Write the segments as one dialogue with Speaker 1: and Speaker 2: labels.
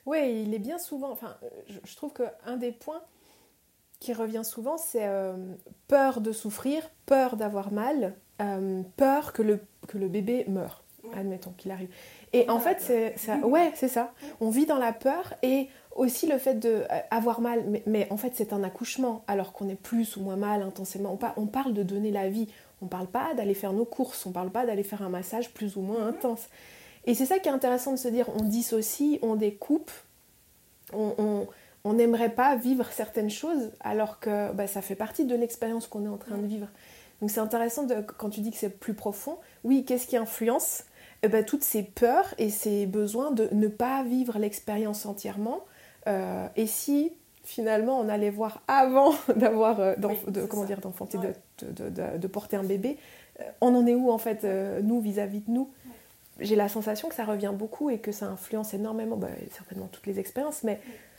Speaker 1: Ouais, il est bien souvent. Enfin, je trouve qu'un des points qui revient souvent, c'est peur de souffrir, peur d'avoir mal, peur que le bébé meure, admettons qu'il arrive. Et en fait, c'est ça, ouais, c'est ça. On vit dans la peur et aussi le fait d'avoir mal, mais en fait, c'est un accouchement, alors qu'on est plus ou moins mal intensément. On parle de donner la vie, on parle pas d'aller faire nos courses, on parle pas d'aller faire un massage plus ou moins intense. Et c'est ça qui est intéressant de se dire, on dissocie, on découpe, on n'aimerait pas vivre certaines choses alors que ça fait partie de l'expérience qu'on est en train de vivre. Donc c'est intéressant quand tu dis que c'est plus profond. Oui, qu'est-ce qui influence toutes ces peurs et ces besoins de ne pas vivre l'expérience entièrement. Et si finalement on allait voir avant d'avoir d'enfanter, de porter un bébé, on en est où en fait nous vis-à-vis de nous? J'ai la sensation que ça revient beaucoup et que ça influence énormément, certainement toutes les expériences, mais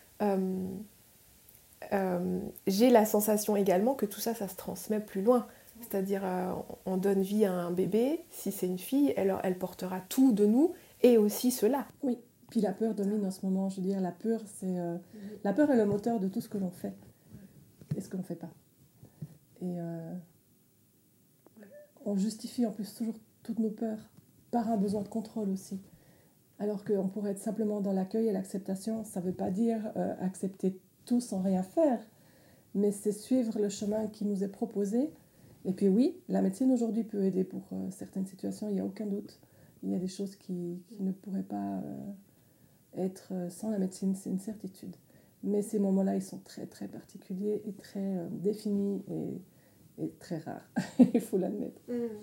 Speaker 1: j'ai la sensation également que tout ça, ça se transmet plus loin. C'est-à-dire, on donne vie à un bébé, si c'est une fille, elle portera tout de nous et aussi cela.
Speaker 2: Oui, puis la peur domine en ce moment. Je veux dire, la peur, la peur est le moteur de tout ce que l'on fait et ce que l'on ne fait pas. Et on justifie en plus toujours toutes nos peurs par un besoin de contrôle aussi. Alors qu'on pourrait être simplement dans l'accueil et l'acceptation. Ça ne veut pas dire accepter tout sans rien faire, mais c'est suivre le chemin qui nous est proposé. Et puis oui, la médecine aujourd'hui peut aider pour certaines situations, il n'y a aucun doute. Il y a des choses qui ne pourraient pas être sans la médecine, c'est une certitude. Mais ces moments-là, ils sont très très particuliers et très définis et très rares, il faut l'admettre.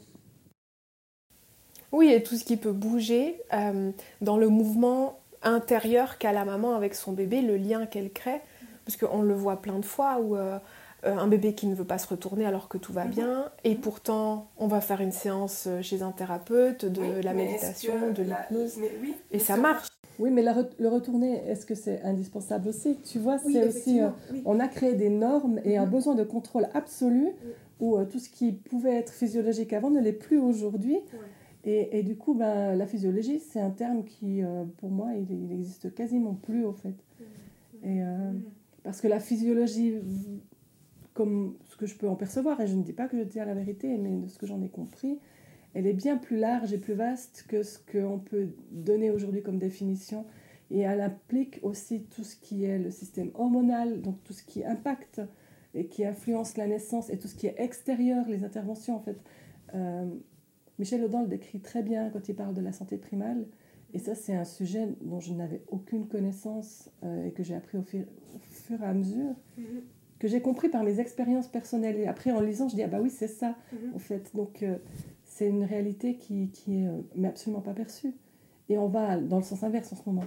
Speaker 1: Oui, et tout ce qui peut bouger dans le mouvement intérieur qu'a la maman avec son bébé, le lien qu'elle crée, parce qu'on le voit plein de fois où un bébé qui ne veut pas se retourner alors que tout va bien, et pourtant on va faire une séance chez un thérapeute, de la méditation, de l'hypnose, et ça marche.
Speaker 2: Oui, mais le retourner, est-ce que c'est indispensable aussi? Tu vois, c'est aussi... on a créé des normes et un besoin de contrôle absolu où tout ce qui pouvait être physiologique avant ne l'est plus aujourd'hui. Et du coup, la physiologie, c'est un terme qui, pour moi, il existe quasiment plus, au fait. Et, parce que la physiologie, comme ce que je peux en percevoir, et je ne dis pas que je dis la vérité, mais de ce que j'en ai compris, elle est bien plus large et plus vaste que ce qu'on peut donner aujourd'hui comme définition. Et elle implique aussi tout ce qui est le système hormonal, donc tout ce qui impacte et qui influence la naissance, et tout ce qui est extérieur, les interventions, en fait. Michel Audin le décrit très bien quand il parle de la santé primale. Et ça, c'est un sujet dont je n'avais aucune connaissance et que j'ai appris au fur et à mesure, que j'ai compris par mes expériences personnelles. Et après, en lisant, je dis, ah bah oui, c'est ça, en fait. Donc, c'est une réalité qui est mais absolument pas perçue. Et on va dans le sens inverse en ce moment.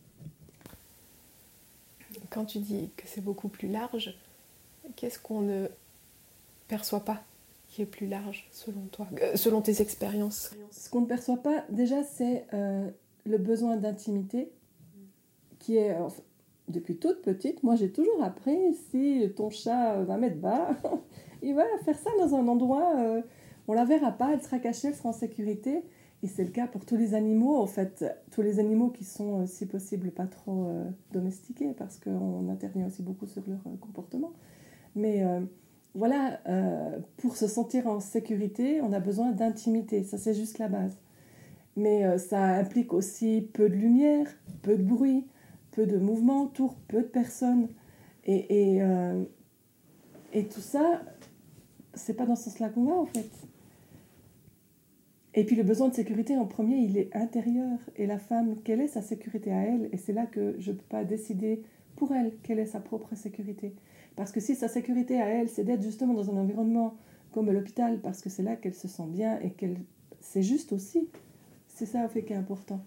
Speaker 1: Quand tu dis que c'est beaucoup plus large, qu'est-ce qu'on ne perçoit pas qui est plus large selon toi, selon tes expériences?
Speaker 2: Ce qu'on ne perçoit pas, déjà, c'est le besoin d'intimité qui est... depuis toute petite, moi j'ai toujours appris, si ton chat va mettre bas, il va faire ça dans un endroit, on la verra pas, elle sera cachée, elle sera en sécurité. Et c'est le cas pour tous les animaux, en fait, tous les animaux qui sont, si possible, pas trop domestiqués, parce qu'on intervient aussi beaucoup sur leur comportement. Mais voilà, pour se sentir en sécurité, on a besoin d'intimité, ça c'est juste la base. Mais ça implique aussi peu de lumière, peu de bruit, peu de mouvement autour, peu de personnes. Et tout ça, c'est pas dans ce sens-là qu'on va, en fait. Et puis le besoin de sécurité, en premier, il est intérieur. Et la femme, quelle est sa sécurité à elle? Et c'est là que je ne peux pas décider pour elle quelle est sa propre sécurité. Parce que si sa sécurité à elle, c'est d'être justement dans un environnement comme l'hôpital, parce que c'est là qu'elle se sent bien et qu'elle... C'est juste aussi. C'est ça, en fait, qui est important.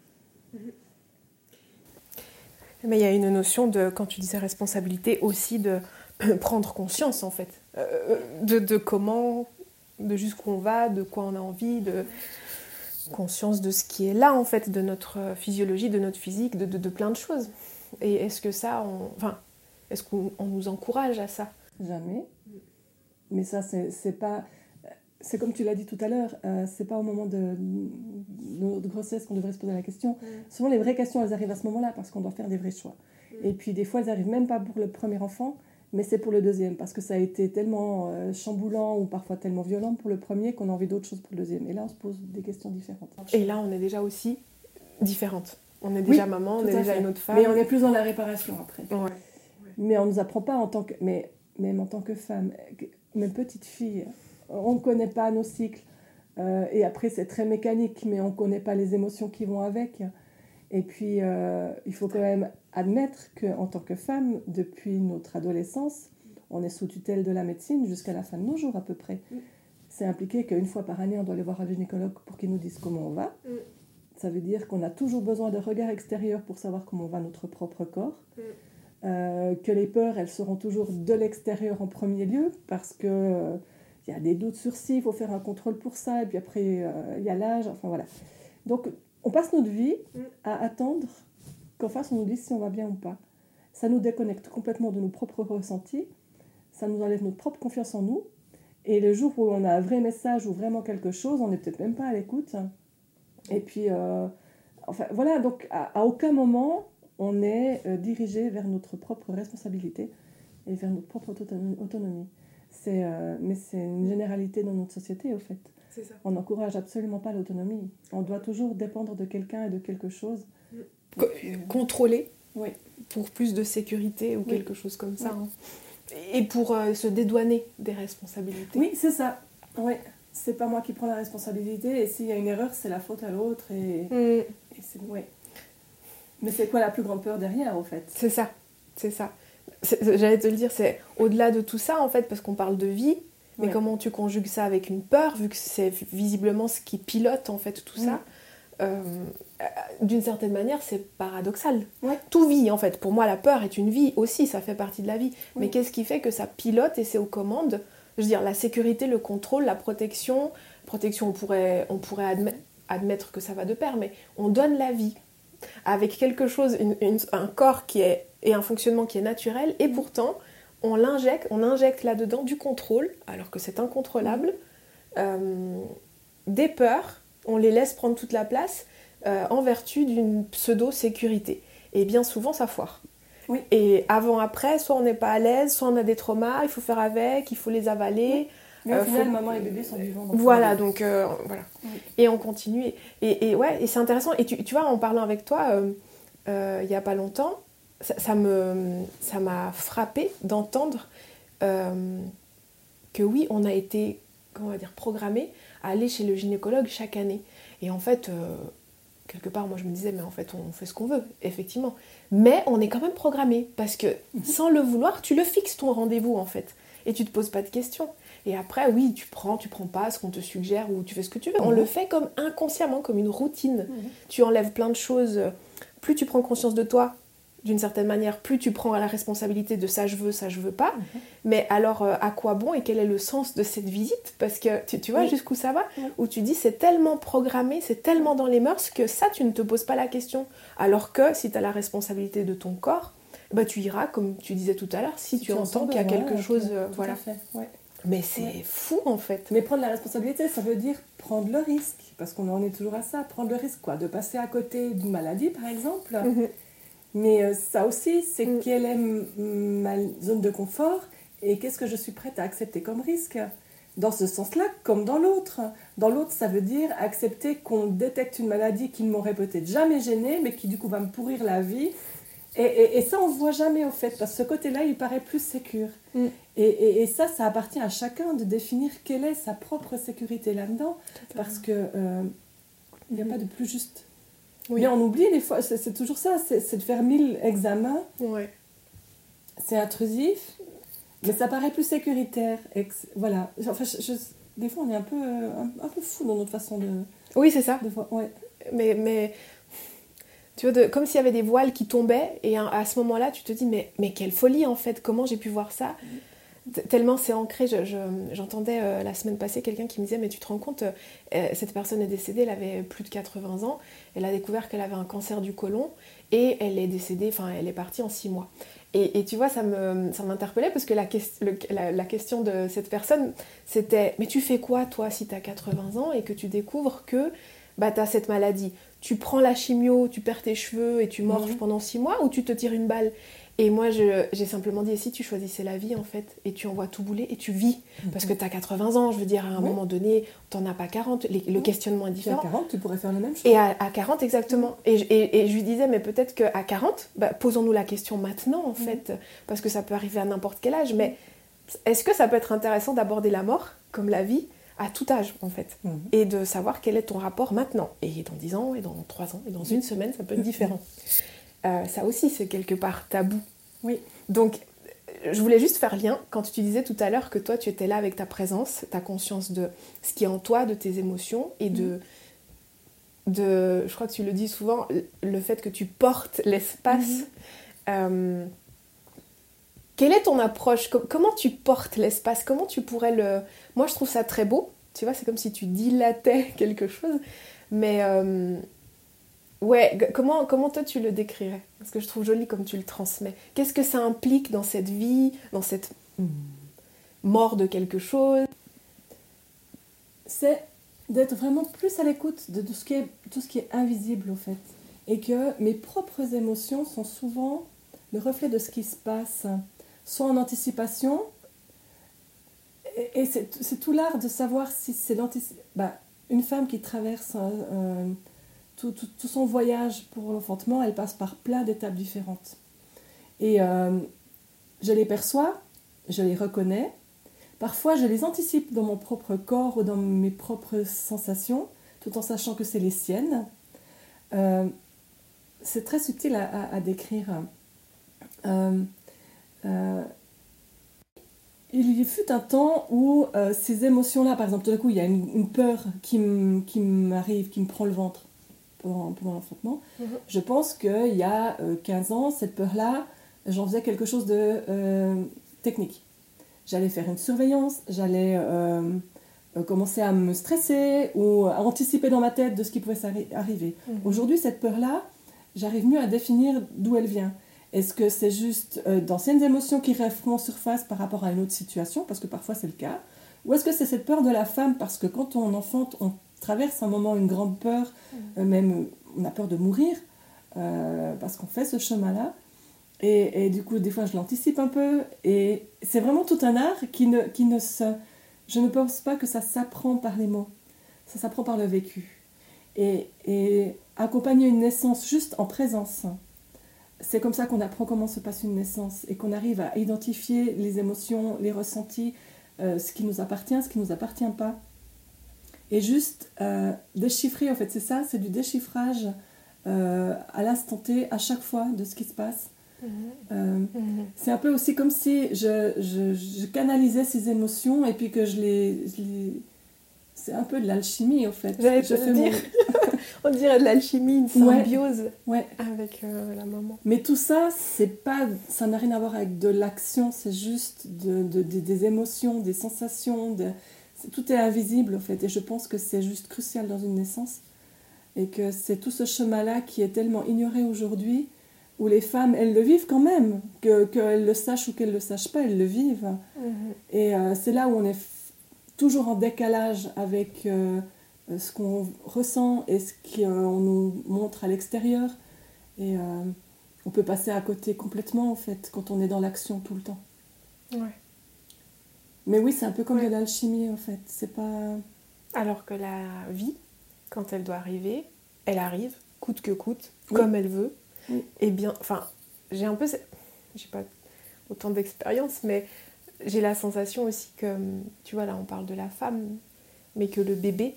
Speaker 1: Mais il y a une notion de, quand tu disais responsabilité, aussi de prendre conscience, en fait, de comment, de jusqu'où on va, de quoi on a envie, de conscience de ce qui est là, en fait, de notre physiologie, de notre physique, de plein de choses. Et est-ce que ça, est-ce qu'on nous encourage à ça?
Speaker 2: Jamais. Mais ça, c'est pas... c'est comme tu l'as dit tout à l'heure, c'est pas au moment de notre grossesse qu'on devrait se poser la question. Souvent, les vraies questions, elles arrivent à ce moment-là parce qu'on doit faire des vrais choix. Et puis, des fois, elles arrivent même pas pour le premier enfant, mais c'est pour le deuxième, parce que ça a été tellement chamboulant ou parfois tellement violent pour le premier qu'on a envie d'autre chose pour le deuxième. Et là, on se pose des questions différentes.
Speaker 1: Et là, on est déjà aussi différente. On est déjà maman, on est déjà une autre femme.
Speaker 2: Mais on est plus dans la réparation après.
Speaker 1: Ouais.
Speaker 2: Mais on ne nous apprend pas en tant que... Mais même en tant que femme, même petite fille, on ne connaît pas nos cycles. Et après, c'est très mécanique, mais on ne connaît pas les émotions qui vont avec. Et puis, il faut quand même admettre qu'en tant que femme, depuis notre adolescence, on est sous tutelle de la médecine jusqu'à la fin de nos jours à peu près. C'est impliqué qu'une fois par année, on doit aller voir un gynécologue pour qu'il nous dise comment on va. Ça veut dire qu'on a toujours besoin de regard extérieur pour savoir comment va notre propre corps. Que les peurs, elles seront toujours de l'extérieur en premier lieu, parce que y a des doutes sur ci, il faut faire un contrôle pour ça, et puis après, il y a l'âge, enfin voilà. Donc, on passe notre vie à attendre qu'en face, on nous dise si on va bien ou pas. Ça nous déconnecte complètement de nos propres ressentis, ça nous enlève notre propre confiance en nous, et le jour où on a un vrai message ou vraiment quelque chose, on n'est peut-être même pas à l'écoute. Et puis, enfin, voilà, donc à aucun moment, on est dirigé vers notre propre responsabilité et vers notre propre autonomie. Mais c'est une généralité dans notre société, au fait.
Speaker 1: C'est ça.
Speaker 2: On n'encourage absolument pas l'autonomie. On doit toujours dépendre de quelqu'un et de quelque chose.
Speaker 1: Contrôler
Speaker 2: oui.
Speaker 1: Pour plus de sécurité ou quelque chose comme ça. Hein. Et pour se dédouaner des responsabilités.
Speaker 2: Oui, c'est ça. Oui. C'est pas moi qui prends la responsabilité, et s'il y a une erreur, c'est la faute à l'autre. Et c'est, Mais c'est quoi la plus grande peur derrière, au fait ?
Speaker 1: C'est ça. J'allais te le dire, c'est au-delà de tout ça, en fait, parce qu'on parle de vie, mais comment tu conjugues ça avec une peur, vu que c'est visiblement ce qui pilote, en fait, tout ça. D'une certaine manière, c'est paradoxal. Tout vit, en fait. Pour moi, la peur est une vie aussi, ça fait partie de la vie. Mais qu'est-ce qui fait que ça pilote et c'est aux commandes ? Je veux dire, la sécurité, le contrôle, la protection, on pourrait admettre que ça va de pair, mais on donne la vie avec quelque chose, un corps et un fonctionnement qui est naturel, et pourtant, on injecte là-dedans du contrôle, alors que c'est incontrôlable, des peurs, on les laisse prendre toute la place en vertu d'une pseudo-sécurité. Et bien souvent, ça foire.
Speaker 2: Oui.
Speaker 1: Et avant-après, soit on n'est pas à l'aise, soit on a des traumas, il faut faire avec, il faut les avaler.
Speaker 2: Mais au final, maman et bébé sont vivants.
Speaker 1: Voilà, donc voilà. Oui. Et on continue. Et c'est intéressant. Et tu vois, en parlant avec toi, il n'y a pas longtemps, ça m'a frappée d'entendre que oui, on a été, programmés à aller chez le gynécologue chaque année. Et en fait... quelque part, moi je me disais, mais en fait on fait ce qu'on veut, effectivement. Mais on est quand même programmé, parce que sans le vouloir, tu le fixes ton rendez-vous en fait. Et tu te poses pas de questions. Et après, oui, tu prends pas ce qu'on te suggère ou tu fais ce que tu veux. On le fait comme inconsciemment, comme une routine. Tu enlèves plein de choses. Plus tu prends conscience de toi, d'une certaine manière, plus tu prends la responsabilité de ça je veux pas. Mais alors, à quoi bon et quel est le sens de cette visite ? Parce que tu vois jusqu'où ça va ? Où tu dis c'est tellement programmé, c'est tellement dans les mœurs que ça, tu ne te poses pas la question. Alors que si tu as la responsabilité de ton corps, bah, tu iras, comme tu disais tout à l'heure, si tu entends qu'il y a quelque chose... voilà. Mais c'est fou en fait.
Speaker 2: Mais prendre la responsabilité, ça veut dire prendre le risque. Parce qu'on en est toujours à ça. Prendre le risque, quoi. De passer à côté d'une maladie, par exemple. Mais ça aussi, c'est quelle est ma zone de confort et qu'est-ce que je suis prête à accepter comme risque. Dans ce sens-là, comme dans l'autre. Dans l'autre, ça veut dire accepter qu'on détecte une maladie qui ne m'aurait peut-être jamais gênée, mais qui du coup va me pourrir la vie. Et ça, on ne voit jamais au fait, parce que ce côté-là, il paraît plus sécure. Et ça appartient à chacun de définir quelle est sa propre sécurité là-dedans, parce qu'il n'y a pas de plus juste. Mais on oublie des fois, c'est toujours ça, c'est de faire 1000 examens. C'est intrusif, mais ça paraît plus sécuritaire. Voilà. Enfin, des fois, on est un peu fou dans notre façon de...
Speaker 1: Oui, c'est ça.
Speaker 2: De voir.
Speaker 1: Mais tu vois, comme s'il y avait des voiles qui tombaient, et à ce moment-là, tu te dis, mais quelle folie en fait, comment j'ai pu voir ça ? Tellement c'est ancré. J'entendais la semaine passée quelqu'un qui me disait, mais tu te rends compte, cette personne est décédée, elle avait plus de 80 ans, elle a découvert qu'elle avait un cancer du côlon, et elle est décédée, enfin elle est partie en 6 mois. Et tu vois, ça m'interpellait parce que la question de cette personne, c'était « Mais tu fais quoi, toi, si tu as 80 ans et que tu découvres que bah, tu as cette maladie ? Tu prends la chimio, tu perds tes cheveux et tu morges pendant 6 mois ou tu te tires une balle ?» Et moi, j'ai simplement dit « Et si tu choisissais la vie, en fait, et tu envoies tout bouler et tu vis ?» Parce que tu as 80 ans, je veux dire, à un moment donné, t'en as pas 40, le questionnement est différent.
Speaker 2: Et à 40, tu pourrais faire la même chose.
Speaker 1: Et à 40, exactement. Et je lui disais « Mais peut-être qu'à 40, bah, posons-nous la question maintenant, en fait, parce que ça peut arriver à n'importe quel âge, mais est-ce que ça peut être intéressant d'aborder la mort, comme la vie, à tout âge, en fait, et de savoir quel est ton rapport maintenant, et dans 10 ans, et dans 3 ans, et dans une semaine, ça peut être différent. Ça aussi, c'est quelque part tabou.
Speaker 2: Oui.
Speaker 1: Donc, je voulais juste faire lien, quand tu disais tout à l'heure que toi, tu étais là avec ta présence, ta conscience de ce qui est en toi, de tes émotions, et de je crois que tu le dis souvent, le fait que tu portes l'espace. Quelle est ton approche ? Comment tu portes l'espace ? Comment tu pourrais le... Moi, je trouve ça très beau. Tu vois, c'est comme si tu dilatais quelque chose. Mais ouais, comment toi tu le décrirais ? Parce que je trouve joli comme tu le transmets. Qu'est-ce que ça implique dans cette vie, dans cette mort de quelque chose ?
Speaker 2: C'est d'être vraiment plus à l'écoute de tout ce qui est invisible, au fait. Et que mes propres émotions sont souvent le reflet de ce qui se passe, soit en anticipation, et c'est tout l'art de savoir si c'est l'anticipation. Une femme qui traverse tout son voyage pour l'enfantement, elle passe par plein d'étapes différentes. Et je les perçois, je les reconnais. Parfois, je les anticipe dans mon propre corps ou dans mes propres sensations, tout en sachant que c'est les siennes. C'est très subtil à décrire. Il y fut un temps où ces émotions-là, par exemple, tout d'un coup, il y a une peur qui m'arrive, qui me prend le ventre pendant l'enfantement. Je pense qu'il y a 15 ans, cette peur-là, j'en faisais quelque chose de technique. J'allais faire une surveillance, j'allais commencer à me stresser ou à anticiper dans ma tête de ce qui pouvait arriver. Aujourd'hui, cette peur-là, j'arrive mieux à définir d'où elle vient. Est-ce que c'est juste d'anciennes émotions qui refont surface par rapport à une autre situation, parce que parfois c'est le cas, ou est-ce que c'est cette peur de la femme, parce que quand on enfante, on traverse un moment une grande peur, même on a peur de mourir, parce qu'on fait ce chemin-là. Et du coup, des fois, je l'anticipe un peu. Et c'est vraiment tout un art qui ne se... Je ne pense pas que ça s'apprend par les mots. Ça s'apprend par le vécu. Et accompagner une naissance juste en présence, c'est comme ça qu'on apprend comment se passe une naissance et qu'on arrive à identifier les émotions, les ressentis, ce qui nous appartient, ce qui ne nous appartient pas. Et juste déchiffrer, en fait, c'est ça, c'est du déchiffrage à l'instant T, à chaque fois, de ce qui se passe. C'est un peu aussi comme si je canalisais ces émotions et puis que je les... C'est un peu de l'alchimie, en fait.
Speaker 1: J'allais te le dire. On dirait de l'alchimie, une symbiose avec la maman.
Speaker 2: Mais tout ça, ça n'a rien à voir avec de l'action, c'est juste des émotions, des sensations. Tout est invisible, en fait. Et je pense que c'est juste crucial dans une naissance. Et que c'est tout ce chemin-là qui est tellement ignoré aujourd'hui, où les femmes, elles le vivent quand même. Qu'elles le sachent ou qu'elles ne le sachent pas, elles le vivent. Et c'est là où on est toujours en décalage avec ce qu'on ressent et ce qu'on nous montre à l'extérieur. Et on peut passer à côté complètement, en fait, quand on est dans l'action tout le temps.
Speaker 1: Ouais.
Speaker 2: Mais oui, c'est un peu comme de l'alchimie, en fait. C'est pas...
Speaker 1: Alors que la vie, quand elle doit arriver, elle arrive, coûte que coûte, comme elle veut. Et bien, enfin, j'ai pas autant d'expérience, mais j'ai la sensation aussi que, tu vois, là on parle de la femme, mais que le bébé,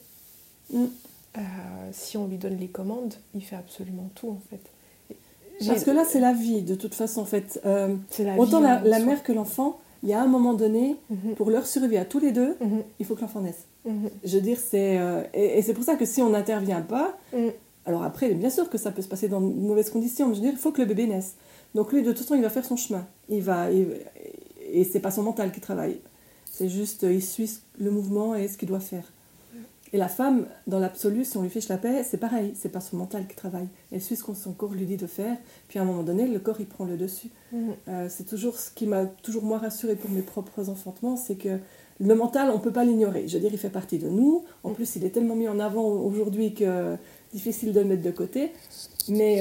Speaker 1: si on lui donne les commandes, il fait absolument tout, en fait.
Speaker 2: Parce que là, c'est la vie, de toute façon, en fait. Autant la mère que l'enfant, il y a un moment donné, pour leur survie à tous les deux, il faut que l'enfant naisse. Je veux dire, c'est... et c'est pour ça que si on n'intervient pas... Alors après, bien sûr que ça peut se passer dans de mauvaises conditions, mais je veux dire, il faut que le bébé naisse. Donc lui, de toute façon, il va faire son chemin. Et c'est pas son mental qui travaille. C'est juste, il suit le mouvement et ce qu'il doit faire. Et la femme, dans l'absolu, si on lui fiche la paix, c'est pareil, c'est pas son mental qui travaille. Elle suit ce que son corps lui dit de faire, puis à un moment donné, le corps, il prend le dessus. C'est toujours ce qui m'a toujours, moi, rassurée pour mes propres enfantements, c'est que le mental, on peut pas l'ignorer. Je veux dire, il fait partie de nous. En plus, il est tellement mis en avant aujourd'hui que difficile de le mettre de côté. Mais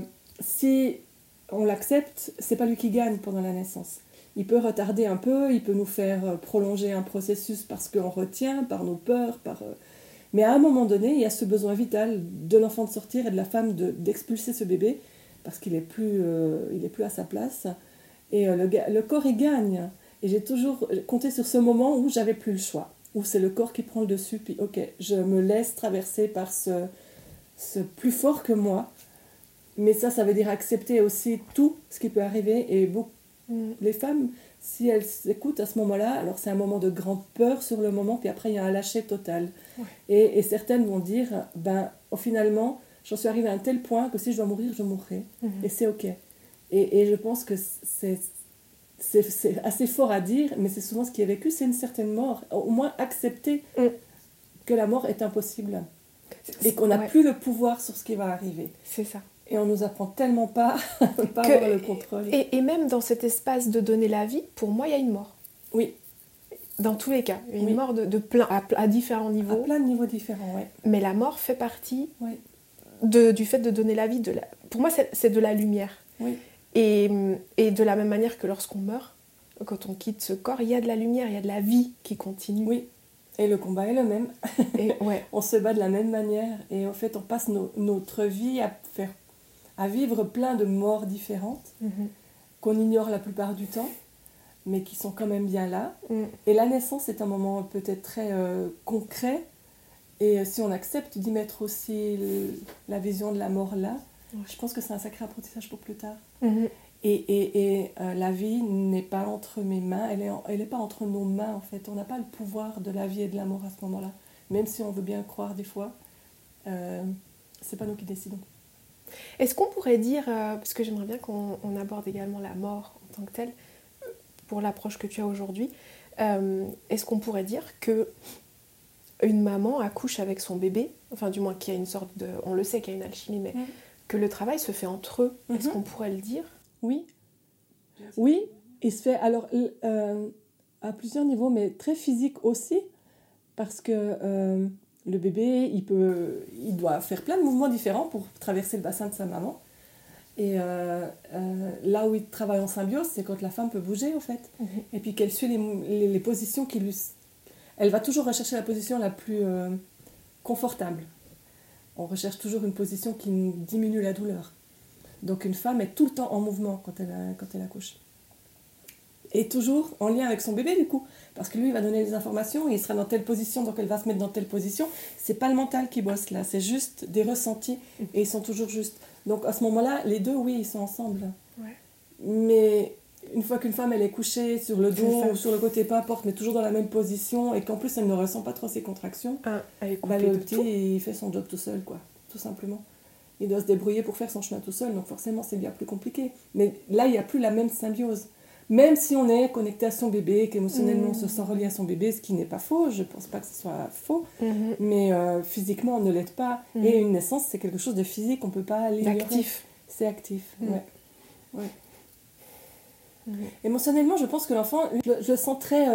Speaker 2: si on l'accepte, c'est pas lui qui gagne pendant la naissance. Il peut retarder un peu, il peut nous faire prolonger un processus parce qu'on retient, par nos peurs, mais à un moment donné, il y a ce besoin vital de l'enfant de sortir et de la femme d'expulser ce bébé parce qu'il est plus à sa place. Et le corps, il gagne. Et j'ai toujours compté sur ce moment où j'avais plus le choix, où c'est le corps qui prend le dessus, puis ok, je me laisse traverser par ce plus fort que moi. Mais ça veut dire accepter aussi tout ce qui peut arriver. Et les femmes, si elles s'écoutent à ce moment-là, alors c'est un moment de grande peur sur le moment, puis après il y a un lâcher total. Ouais. Et certaines vont dire, finalement, j'en suis arrivée à un tel point que si je dois mourir, je mourrai. Et c'est ok. Et je pense que c'est assez fort à dire, mais c'est souvent ce qui est vécu, c'est une certaine mort. Au moins accepter que la mort est impossible. Et qu'on n'a plus le pouvoir sur ce qui va arriver.
Speaker 1: C'est ça.
Speaker 2: Et on nous apprend tellement pas à avoir le contrôle.
Speaker 1: Et même dans cet espace de donner la vie, pour moi, il y a une mort.
Speaker 2: Oui.
Speaker 1: Dans tous les cas. Une mort de plein, à différents niveaux.
Speaker 2: À plein de niveaux différents, oui.
Speaker 1: Mais la mort fait partie du fait de donner la vie. Pour moi, c'est de la lumière.
Speaker 2: Oui.
Speaker 1: Et de la même manière que lorsqu'on meurt, quand on quitte ce corps, il y a de la lumière, il y a de la vie qui continue.
Speaker 2: Oui. Et le combat est le même. On se bat de la même manière. Et en fait, on passe notre vie à vivre plein de morts différentes qu'on ignore la plupart du temps, mais qui sont quand même bien là. Et la naissance est un moment peut-être très concret. Et si on accepte d'y mettre aussi la vision de la mort là, je pense que c'est un sacré apprentissage pour plus tard. Et la vie n'est pas entre mes mains, elle n'est pas entre nos mains en fait. On n'a pas le pouvoir de la vie et de la mort à ce moment-là. Même si on veut bien croire des fois, c'est pas nous qui décidons.
Speaker 1: Est-ce qu'on pourrait dire, parce que j'aimerais bien qu'on aborde également la mort en tant que telle, pour l'approche que tu as aujourd'hui, est-ce qu'on pourrait dire que une maman accouche avec son bébé, enfin du moins qu'il y a une sorte de... On le sait qu'il y a une alchimie, mais que le travail se fait entre eux, est-ce qu'on pourrait le dire ?
Speaker 2: Oui. Oui, il se fait alors à plusieurs niveaux, mais très physique aussi, parce que... le bébé, il doit faire plein de mouvements différents pour traverser le bassin de sa maman. Et là où il travaille en symbiose, c'est quand la femme peut bouger, en fait. Et puis qu'elle suit les positions qui lui... Elle va toujours rechercher la position la plus confortable. On recherche toujours une position qui diminue la douleur. Donc une femme est tout le temps en mouvement quand elle accouche. Et toujours en lien avec son bébé du coup, parce que lui il va donner les informations, il sera dans telle position, donc elle va se mettre dans telle position. C'est pas le mental qui bosse là, c'est juste des ressentis et ils sont toujours justes. Donc à ce moment-là, les deux, oui, ils sont ensemble.
Speaker 1: Ouais.
Speaker 2: Mais une fois qu'une femme elle est couchée sur le dos ou sur le côté, peu importe, mais toujours dans la même position et qu'en plus elle ne ressent pas trop ses contractions, le petit il fait son job tout seul quoi, tout simplement. Il doit se débrouiller pour faire son chemin tout seul, donc forcément c'est bien plus compliqué. Mais là il n'y a plus la même symbiose. Même si on est connecté à son bébé, qu'émotionnellement on se sent relié à son bébé, ce qui n'est pas faux, je ne pense pas que ce soit faux, mais physiquement on ne l'aide pas. Et une naissance c'est quelque chose de physique, on ne peut pas l'ignorer.
Speaker 1: Actif.
Speaker 2: C'est actif, ouais. Émotionnellement je pense que l'enfant, je le sens très,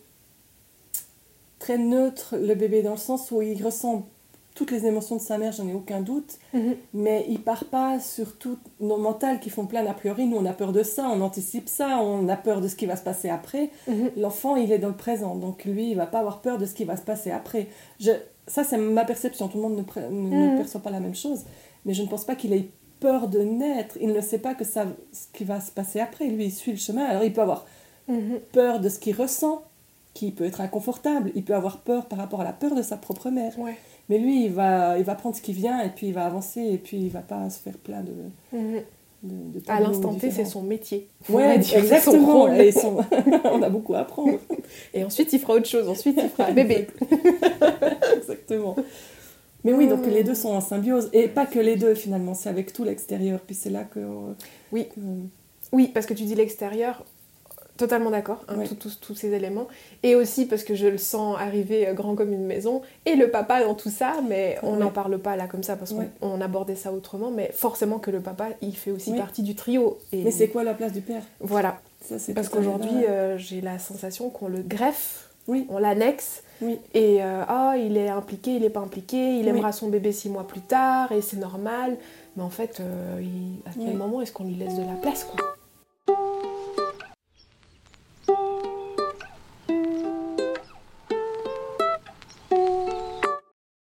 Speaker 2: très neutre, le bébé, dans le sens où il ressent toutes les émotions de sa mère, j'en ai aucun doute, mais il part pas sur tout nos mentales qui font plein d'a priori. Nous on a peur de ça, on anticipe ça, on a peur de ce qui va se passer après. L'enfant il est dans le présent, donc lui il va pas avoir peur de ce qui va se passer après. Ça c'est ma perception, tout le monde ne perçoit pas la même chose, mais je ne pense pas qu'il ait peur de naître. Il ne sait pas que ce qui va se passer après, lui il suit le chemin. Alors il peut avoir peur de ce qu'il ressent, qui peut être inconfortable, il peut avoir peur par rapport à la peur de sa propre mère. Mais lui, il va prendre ce qui vient et puis il va avancer et puis il va pas se faire plein de
Speaker 1: à l'instant T, c'est son métier.
Speaker 2: Ouais, exactement. Et on a beaucoup à apprendre.
Speaker 1: Et ensuite, il fera autre chose. Ensuite, il fera bébé.
Speaker 2: Exactement. Mais oui, donc les deux sont en symbiose. Et pas que les deux, finalement. C'est avec tout l'extérieur. Puis c'est là que...
Speaker 1: Oui, parce que tu dis l'extérieur... Totalement d'accord, tous ces éléments. Et aussi parce que je le sens arriver grand comme une maison. Et le papa dans tout ça, mais on n'en parle pas là comme ça parce qu'on abordait ça autrement. Mais forcément que le papa, il fait aussi partie du trio. Et...
Speaker 2: Mais c'est quoi la place du père ?
Speaker 1: Voilà. Ça, parce qu'aujourd'hui, j'ai la sensation qu'on le greffe, on l'annexe. Et il est impliqué, il n'est pas impliqué, il aimera son bébé 6 mois plus tard et c'est normal. Mais en fait, à quel moment est-ce qu'on lui laisse de la place, quoi ?